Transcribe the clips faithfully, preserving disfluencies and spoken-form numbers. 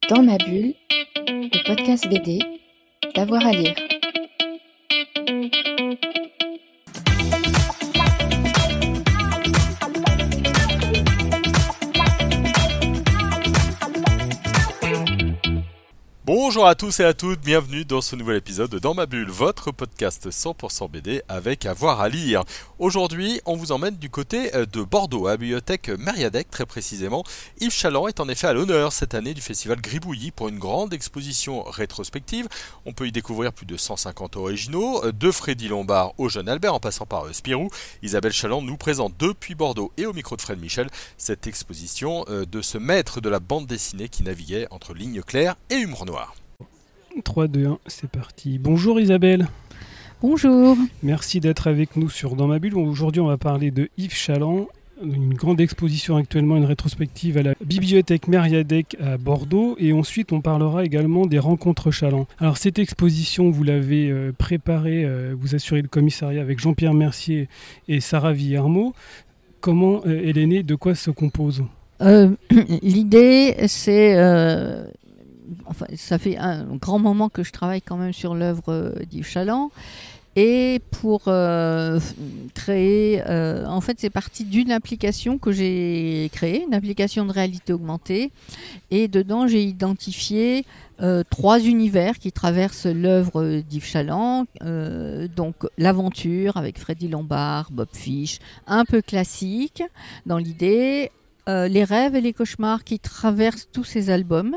Dans ma bulle, le podcast B D, d'avoir à lire. Bonjour à tous et à toutes, bienvenue dans ce nouvel épisode de Dans ma bulle, votre podcast cent pour cent B D avec avoir à lire. Aujourd'hui, on vous emmène du côté de Bordeaux, à la bibliothèque Mériadec très précisément. Yves Chaland est en effet à l'honneur cette année du festival Gribouillis pour une grande exposition rétrospective. On peut y découvrir plus de cent cinquante originaux, de Freddy Lombard au jeune Albert en passant par Spirou. Isabelle Chaland nous présente depuis Bordeaux et au micro de Fred Michel cette exposition de ce maître de la bande dessinée qui naviguait entre lignes claires et humour noir. trois, deux, un, c'est parti. Bonjour Isabelle. Bonjour. Merci d'être avec nous sur Dans ma bulle. Aujourd'hui, on va parler de Yves Chaland, une grande exposition actuellement, une rétrospective à la bibliothèque Mériadec à Bordeaux. Et ensuite, on parlera également des rencontres Chaland. Alors, cette exposition, vous l'avez euh, préparée, euh, vous assurez le commissariat avec Jean-Pierre Mercier et Sarah Villermo. Comment euh, elle est née? De quoi se compose? euh, L'idée, c'est... Euh... Enfin, ça fait un grand moment que je travaille quand même sur l'œuvre d'Yves Chaland. Et pour euh, créer, euh, en fait, c'est parti d'une application que j'ai créée, une application de réalité augmentée. Et dedans, j'ai identifié euh, trois univers qui traversent l'œuvre d'Yves Chaland. Euh, donc, l'aventure avec Freddy Lombard, Bob Fish, un peu classique dans l'idée. Euh, les rêves et les cauchemars qui traversent tous ces albums.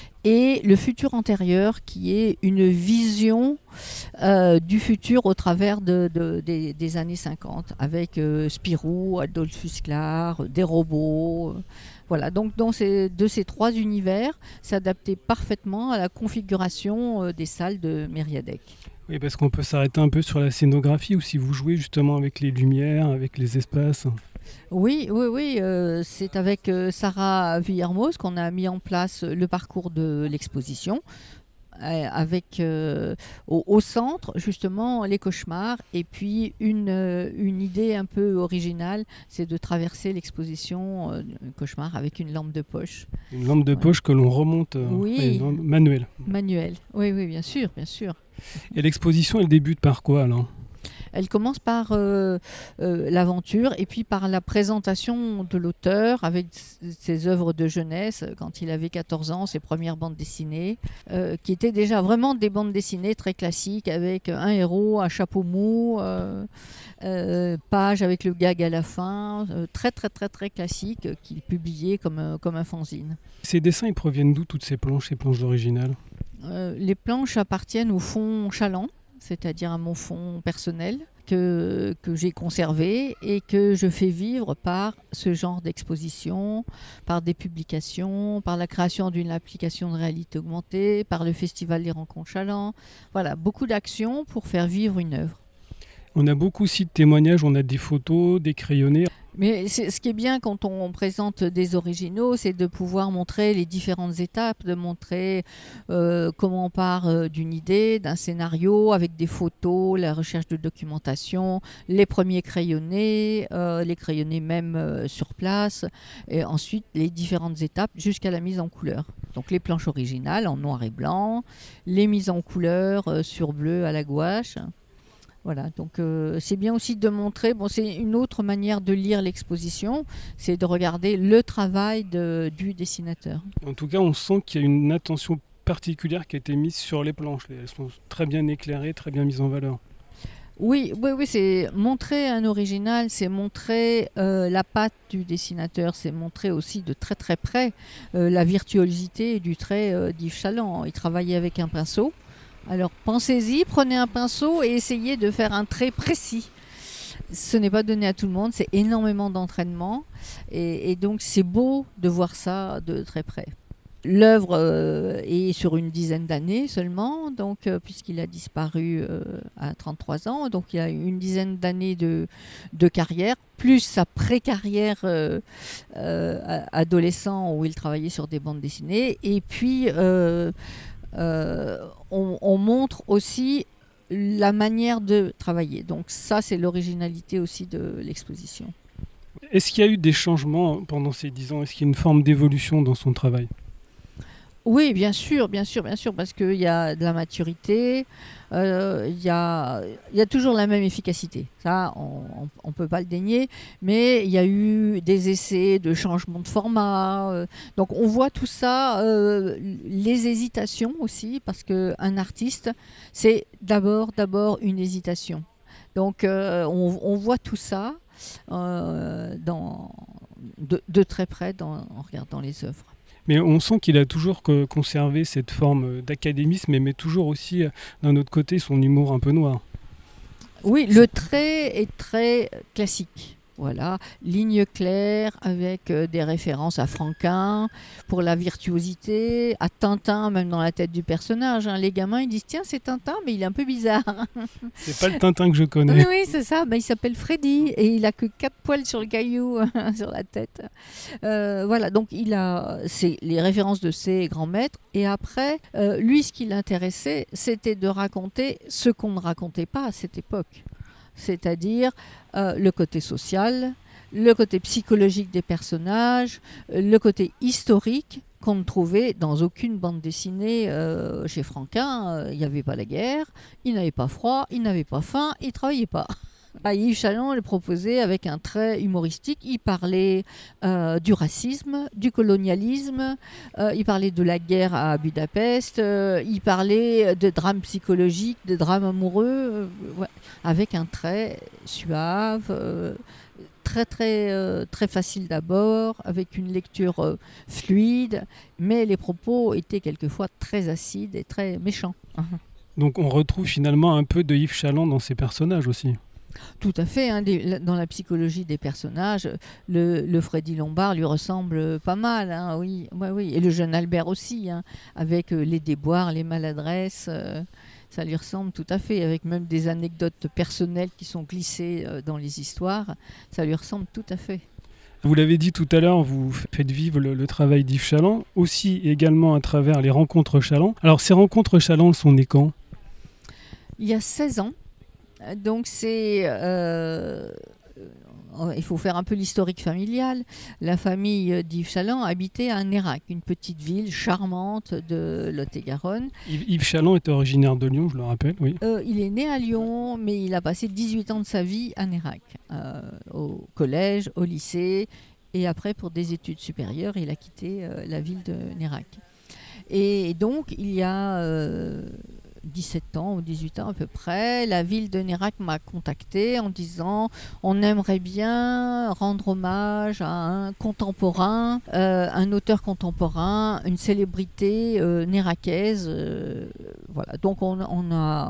Et le futur antérieur, qui est une vision euh, du futur au travers de, de, des, des années cinquante, avec euh, Spirou, Adolphus Clar, des robots. Euh, voilà, donc dans ces, de ces trois univers, s'adapter parfaitement à la configuration euh, des salles de Mériadec. Oui, parce qu'on peut s'arrêter un peu sur la scénographie, ou si vous jouez justement avec les lumières, avec les espaces. Oui, oui, oui. Euh, c'est avec euh, Sarah Villermo qu'on a mis en place le parcours de l'exposition, euh, avec euh, au, au centre justement les cauchemars, et puis une, euh, une idée un peu originale, c'est de traverser l'exposition euh, cauchemar avec une lampe de poche. Une lampe de ouais. poche que l'on remonte euh, oui. ouais, manuelle. Manuel, oui, oui, bien sûr, bien sûr. Et l'exposition, elle débute par quoi alors ? Elle commence par euh, euh, l'aventure et puis par la présentation de l'auteur avec ses œuvres de jeunesse, quand il avait quatorze ans, ses premières bandes dessinées, euh, qui étaient déjà vraiment des bandes dessinées très classiques avec un héros, un chapeau mou, euh, euh, page avec le gag à la fin, euh, très très très très classique, qu'il publiait comme, euh, comme un fanzine. Ces dessins, ils proviennent d'où, toutes ces planches, ces planches originales ? euh, Les planches appartiennent au fonds Chaland, c'est-à-dire à mon fonds personnel que, que j'ai conservé et que je fais vivre par ce genre d'exposition, par des publications, par la création d'une application de réalité augmentée, par le festival des rencontres Chaland. Voilà, beaucoup d'actions pour faire vivre une œuvre. On a beaucoup aussi de témoignages, on a des photos, des crayonnés. Mais c'est, ce qui est bien quand on présente des originaux, c'est de pouvoir montrer les différentes étapes, de montrer euh, comment on part euh, d'une idée, d'un scénario, avec des photos, la recherche de documentation, les premiers crayonnés, euh, les crayonnés même euh, sur place, et ensuite les différentes étapes jusqu'à la mise en couleur. Donc les planches originales en noir et blanc, les mises en couleur euh, sur bleu à la gouache. Voilà, donc euh, c'est bien aussi de montrer, bon, c'est une autre manière de lire l'exposition, c'est de regarder le travail de, du dessinateur. En tout cas, on sent qu'il y a une attention particulière qui a été mise sur les planches. Elles sont très bien éclairées, très bien mises en valeur. Oui, oui, oui, c'est montrer un original, c'est montrer euh, la patte du dessinateur, c'est montrer aussi de très très près euh, la virtuosité du trait euh, d'Yves Chaland. Il travaillait avec un pinceau. Alors pensez-y, prenez un pinceau et essayez de faire un trait précis. Ce n'est pas donné à tout le monde, c'est énormément d'entraînement et, et donc c'est beau de voir ça de très près. L'œuvre euh, est sur une dizaine d'années seulement, donc, euh, puisqu'il a disparu euh, à trente-trois ans, donc il a une dizaine d'années de, de carrière, plus sa pré-carrière euh, euh, adolescent où il travaillait sur des bandes dessinées, et puis euh, Euh, on, on montre aussi la manière de travailler. Donc ça, c'est l'originalité aussi de l'exposition. Est-ce qu'il y a eu des changements pendant ces dix ans ? Est-ce qu'il y a une forme d'évolution dans son travail ? Oui, bien sûr, bien sûr, bien sûr, parce qu'il y a de la maturité, euh, il y a, il y a toujours la même efficacité. Ça, on ne peut pas le dénier, mais il y a eu des essais de changement de format. Euh, donc on voit tout ça, euh, les hésitations aussi, parce qu'un artiste, c'est d'abord, d'abord une hésitation. Donc euh, on, on voit tout ça euh, dans, de, de très près dans, en regardant les œuvres. Mais on sent qu'il a toujours que- conservé cette forme d'académisme, mais toujours aussi, euh, d'un autre côté, son humour un peu noir. Oui, le trait est très classique. Voilà, ligne claire avec euh, des références à Franquin pour la virtuosité, à Tintin même dans la tête du personnage. Hein. Les gamins ils disent tiens c'est Tintin mais il est un peu bizarre. C'est pas le Tintin que je connais. Oui c'est ça, ben, il s'appelle Freddy et il a que quatre poils sur le caillou sur la tête. Euh, voilà donc il a c'est les références de ses grands maîtres et après euh, lui ce qui l'intéressait c'était de raconter ce qu'on ne racontait pas à cette époque. C'est-à-dire euh, le côté social, le côté psychologique des personnages, le côté historique qu'on ne trouvait dans aucune bande dessinée euh, chez Franquin. Il n'y avait pas la guerre, il n'avait pas froid, il n'avait pas faim, il ne travaillait pas. À Yves Chaland le proposait avec un trait humoristique. Il parlait euh, du racisme, du colonialisme, euh, il parlait de la guerre à Budapest, euh, il parlait de drames psychologiques, de drames amoureux, euh, ouais, avec un trait suave, euh, très très euh, très facile d'abord, avec une lecture euh, fluide, mais les propos étaient quelquefois très acides et très méchants. Donc on retrouve finalement un peu de Yves Chaland dans ses personnages aussi. Tout à fait, hein, des, dans la psychologie des personnages, le, le Freddy Lombard lui ressemble pas mal, hein, oui, ouais, oui, et le jeune Albert aussi, hein, avec euh, les déboires, les maladresses, euh, ça lui ressemble tout à fait, avec même des anecdotes personnelles qui sont glissées euh, dans les histoires, ça lui ressemble tout à fait. Vous l'avez dit tout à l'heure, vous faites vivre le, le travail d'Yves Chaland, aussi également à travers les rencontres Chaland. Alors ces rencontres Chaland sont nées quand ? Il y a seize ans. Donc c'est, euh, il faut faire un peu l'historique familial. La famille d'Yves Chaland habitait à Nérac, une petite ville charmante de Lot-et-Garonne. Yves, Yves Chaland est originaire de Lyon, je le rappelle, oui. Euh, il est né à Lyon, mais il a passé dix-huit ans de sa vie à Nérac, euh, au collège, au lycée, et après pour des études supérieures, il a quitté euh, la ville de Nérac. Et donc il y a euh, dix-sept ans ou dix-huit ans à peu près, la ville de Nérac m'a contacté en disant on aimerait bien rendre hommage à un contemporain, euh, un auteur contemporain, une célébrité euh, néracaise. Euh, voilà. Donc on, on a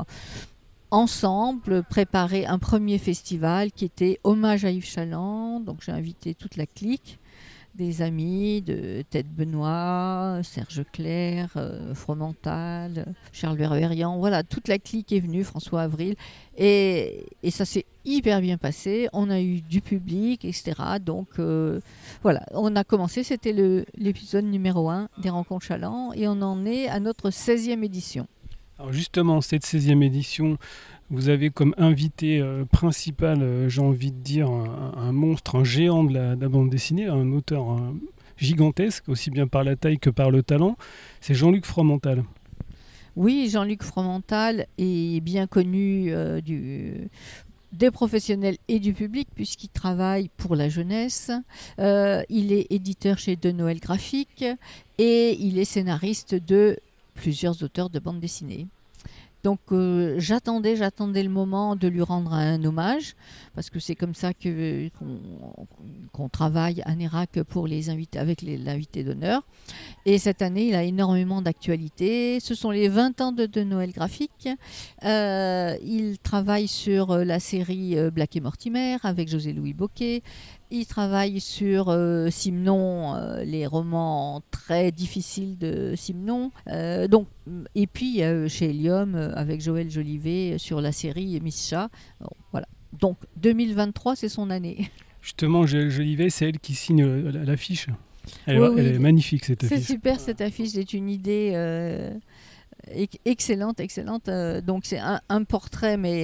ensemble préparé un premier festival qui était hommage à Yves Chaland. Donc j'ai invité toute la clique. Des amis de Ted Benoît, Serge Clair, euh, Fromental, Charles Berberian, voilà, toute la clique est venue, François Avril, et, et ça s'est hyper bien passé, on a eu du public, et cetera. Donc euh, voilà, on a commencé, c'était le, l'épisode numéro un des Rencontres Chaland, et on en est à notre seizième édition. Alors justement, cette seizième édition, vous avez comme invité euh, principal, euh, j'ai envie de dire, un, un monstre, un géant de la, de la bande dessinée, un auteur un, gigantesque, aussi bien par la taille que par le talent, c'est Jean-Luc Fromental. Oui, Jean-Luc Fromental est bien connu euh, du... des professionnels et du public puisqu'il travaille pour la jeunesse. Euh, il est éditeur chez De Noël Graphique et il est scénariste de plusieurs auteurs de bande dessinée. Donc euh, j'attendais, j'attendais le moment de lui rendre un hommage parce que c'est comme ça que, qu'on, qu'on travaille à Nérac pour les invités, avec les, l'invité d'honneur. Et cette année, il a énormément d'actualité. Ce sont les vingt ans de De Noël Graphique. Euh, il travaille sur la série Black et Mortimer avec José-Louis Bocquet. Il travaille sur euh, Simenon, euh, les romans très difficiles de Simenon. Euh, donc, et puis euh, chez Helium, euh, avec Joël Jolivet, sur la série Miss Chat. Bon, voilà. Donc deux mille vingt-trois, c'est son année. Justement, Joël Jolivet, c'est elle qui signe l'affiche. Elle, oui, elle oui. est magnifique, cette affiche. C'est super, cette affiche. C'est une idée euh, excellente, excellente. Euh, donc c'est un, un portrait, mais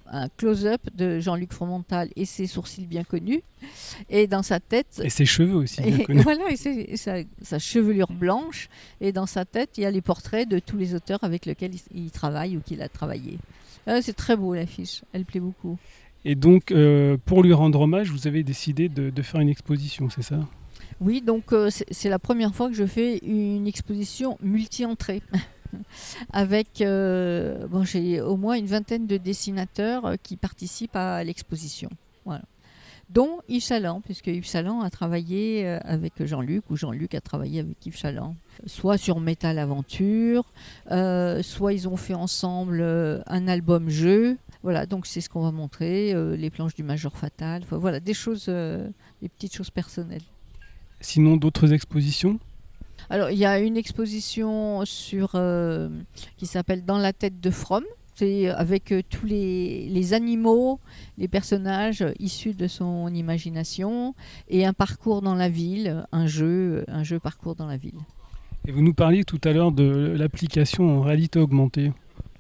un close-up de Jean-Luc Fromental et ses sourcils bien connus. Et dans sa tête... Et ses cheveux aussi bien et, connus. Voilà, et, ses, et sa, sa chevelure blanche. Et dans sa tête, il y a les portraits de tous les auteurs avec lesquels il, il travaille ou qu'il a travaillé. Euh, c'est très beau l'affiche, elle plaît beaucoup. Et donc, euh, pour lui rendre hommage, vous avez décidé de, de faire une exposition, c'est ça ? Oui, donc euh, c'est, c'est la première fois que je fais une exposition multi-entrée. Avec, euh, bon, j'ai au moins une vingtaine de dessinateurs euh, qui participent à l'exposition. Voilà. Dont Yves Chaland, puisque Yves Chaland a travaillé euh, avec Jean-Luc, ou Jean-Luc a travaillé avec Yves Chaland. Soit sur Metal Aventure, euh, soit ils ont fait ensemble euh, un album jeu. Voilà, donc c'est ce qu'on va montrer, euh, les planches du Major Fatal. Enfin, voilà, des choses, euh, des petites choses personnelles. Sinon, d'autres expositions ? Alors, il y a une exposition sur, euh, qui s'appelle Dans la tête de Fromm. C'est avec euh, tous les, les animaux, les personnages issus de son imagination et un parcours dans la ville, un jeu, un jeu parcours dans la ville. Et vous nous parliez tout à l'heure de l'application en réalité augmentée.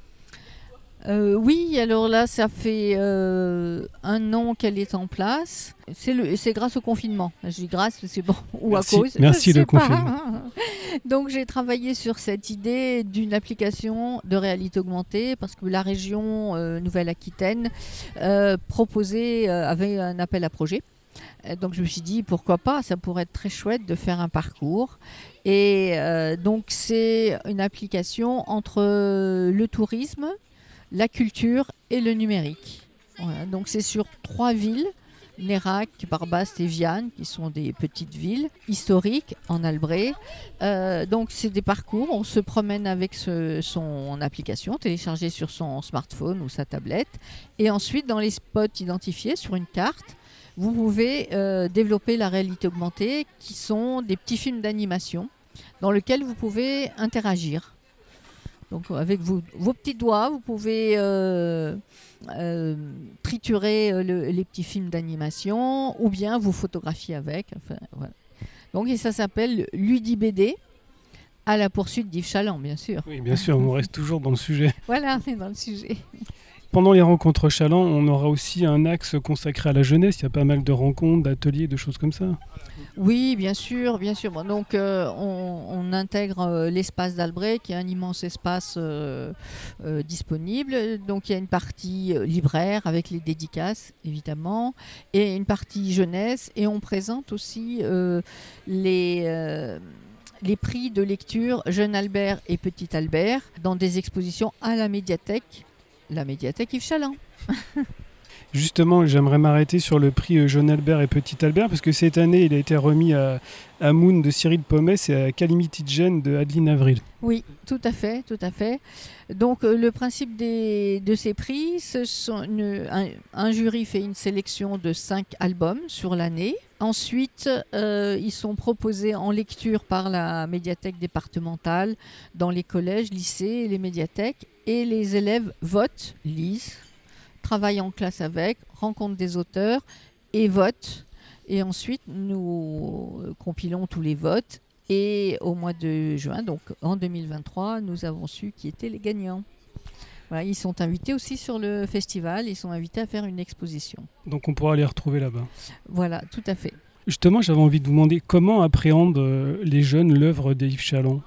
Euh, oui, alors là, ça fait euh, un an qu'elle est en place. C'est, le, c'est grâce au confinement. Je dis grâce, c'est bon, ou merci, à cause. Merci le pas. confinement. Donc j'ai travaillé sur cette idée d'une application de réalité augmentée parce que la région euh, Nouvelle-Aquitaine euh, proposait, euh, avait un appel à projet. Donc je me suis dit pourquoi pas, ça pourrait être très chouette de faire un parcours. Et euh, donc c'est une application entre le tourisme, la culture et le numérique. Voilà, donc c'est sur trois villes, Nérac, Barbaste et Viane, qui sont des petites villes historiques en Albret. Euh, donc c'est des parcours, on se promène avec ce, son application téléchargée sur son smartphone ou sa tablette. Et ensuite, dans les spots identifiés sur une carte, vous pouvez euh, développer la réalité augmentée, qui sont des petits films d'animation dans lesquels vous pouvez interagir. Donc avec vos, vos petits doigts, vous pouvez euh, euh, triturer le, les petits films d'animation ou bien vous photographier avec. Enfin, voilà. Donc et ça s'appelle LudiBD, à la poursuite d'Yves Chaland, bien sûr. Oui, bien sûr, on reste toujours dans le sujet. Voilà, on est dans le sujet. Pendant les rencontres Chaland, on aura aussi un axe consacré à la jeunesse. Il y a pas mal de rencontres, d'ateliers, de choses comme ça. Oui, bien sûr, bien sûr. Bon, donc, euh, on, on intègre euh, l'espace d'Albret, qui est un immense espace euh, euh, disponible. Donc, il y a une partie euh, libraire avec les dédicaces, évidemment, et une partie jeunesse. Et on présente aussi euh, les... Euh, les prix de lecture Jeune Albert et Petit Albert dans des expositions à la médiathèque, la médiathèque Yves Chaland. Justement, j'aimerais m'arrêter sur le prix Jeune Albert et Petit Albert, parce que cette année, il a été remis à, à Moon de Cyril Pomès et à Calamity Jane de Adeline Avril. Oui, tout à fait, tout à fait. Donc euh, le principe des, de ces prix, ce sont une, un, un jury fait une sélection de cinq albums sur l'année. Ensuite, euh, ils sont proposés en lecture par la médiathèque départementale dans les collèges, lycées et les médiathèques. Et les élèves votent, lisent, travaillent en classe avec, rencontrent des auteurs et votent. Et ensuite, nous compilons tous les votes. Et au mois de juin, donc en deux mille vingt-trois, nous avons su qui étaient les gagnants. Voilà, ils sont invités aussi sur le festival, ils sont invités à faire une exposition. Donc on pourra les retrouver là-bas. Voilà, tout à fait. Justement, j'avais envie de vous demander comment appréhendent les jeunes l'œuvre d'Yves Chaland.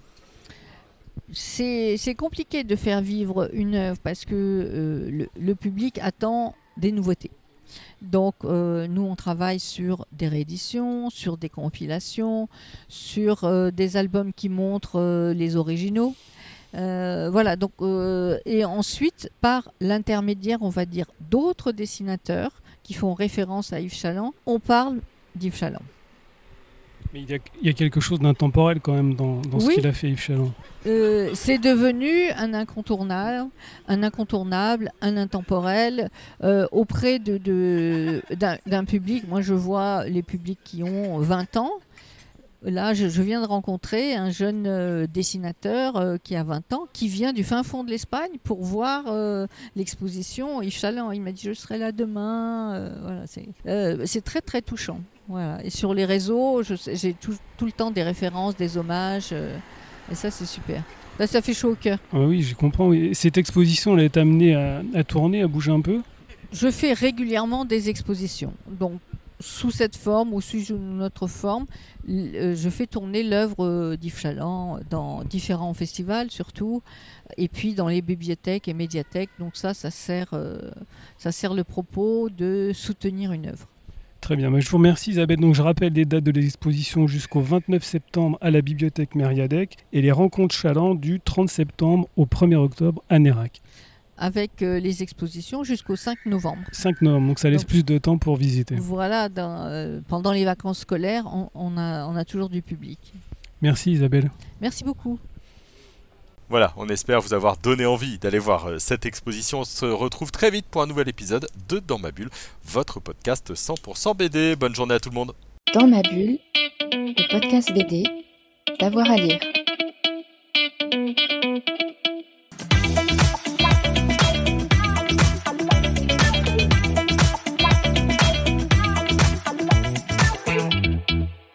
C'est, c'est compliqué de faire vivre une œuvre parce que euh, le, le public attend des nouveautés. Donc euh, nous on travaille sur des rééditions, sur des compilations, sur euh, des albums qui montrent euh, les originaux. Euh, voilà, donc, euh, et ensuite par l'intermédiaire, on va dire, d'autres dessinateurs qui font référence à Yves Chaland, on parle d'Yves Chaland. Mais il y a, il y a quelque chose d'intemporel quand même dans, dans ce oui. qu'il a fait Yves Chaland. Euh, c'est devenu un incontournable, un incontournable, un intemporel euh, auprès de, de, d'un, d'un public. Moi, je vois les publics qui ont vingt ans. Là, je, je viens de rencontrer un jeune euh, dessinateur euh, qui a vingt ans, qui vient du fin fond de l'Espagne pour voir euh, l'exposition Yves Chaland. Il m'a dit « je serai là demain euh, ». Voilà, c'est, euh, c'est très très touchant. Voilà. Et sur les réseaux, je, j'ai tout, tout le temps des références, des hommages. Euh, Et ça, c'est super. Là, ça fait chaud au cœur. Ah oui, je comprends. Oui. Cette exposition, elle est amenée à, à tourner, à bouger un peu? Je fais régulièrement des expositions. Donc, sous cette forme ou sous une autre forme, je fais tourner l'œuvre d'Yves Chaland dans différents festivals surtout, et puis dans les bibliothèques et médiathèques. Donc ça, ça sert, ça sert le propos de soutenir une œuvre. Très bien, je vous remercie Isabelle. Donc je rappelle les dates de l'exposition jusqu'au vingt-neuf septembre à la bibliothèque Mériadec et les rencontres Chaland du trente septembre au premier octobre à Nérac. Avec euh, les expositions jusqu'au cinq novembre. cinq novembre, donc ça laisse donc, plus de temps pour visiter. Voilà, dans, euh, pendant les vacances scolaires, on, on, a, on a toujours du public. Merci Isabelle. Merci beaucoup. Voilà, on espère vous avoir donné envie d'aller voir cette exposition. On se retrouve très vite pour un nouvel épisode de Dans ma bulle, votre podcast cent pour cent B D. Bonne journée à tout le monde. Dans ma bulle, le podcast B D, d'avoir à lire.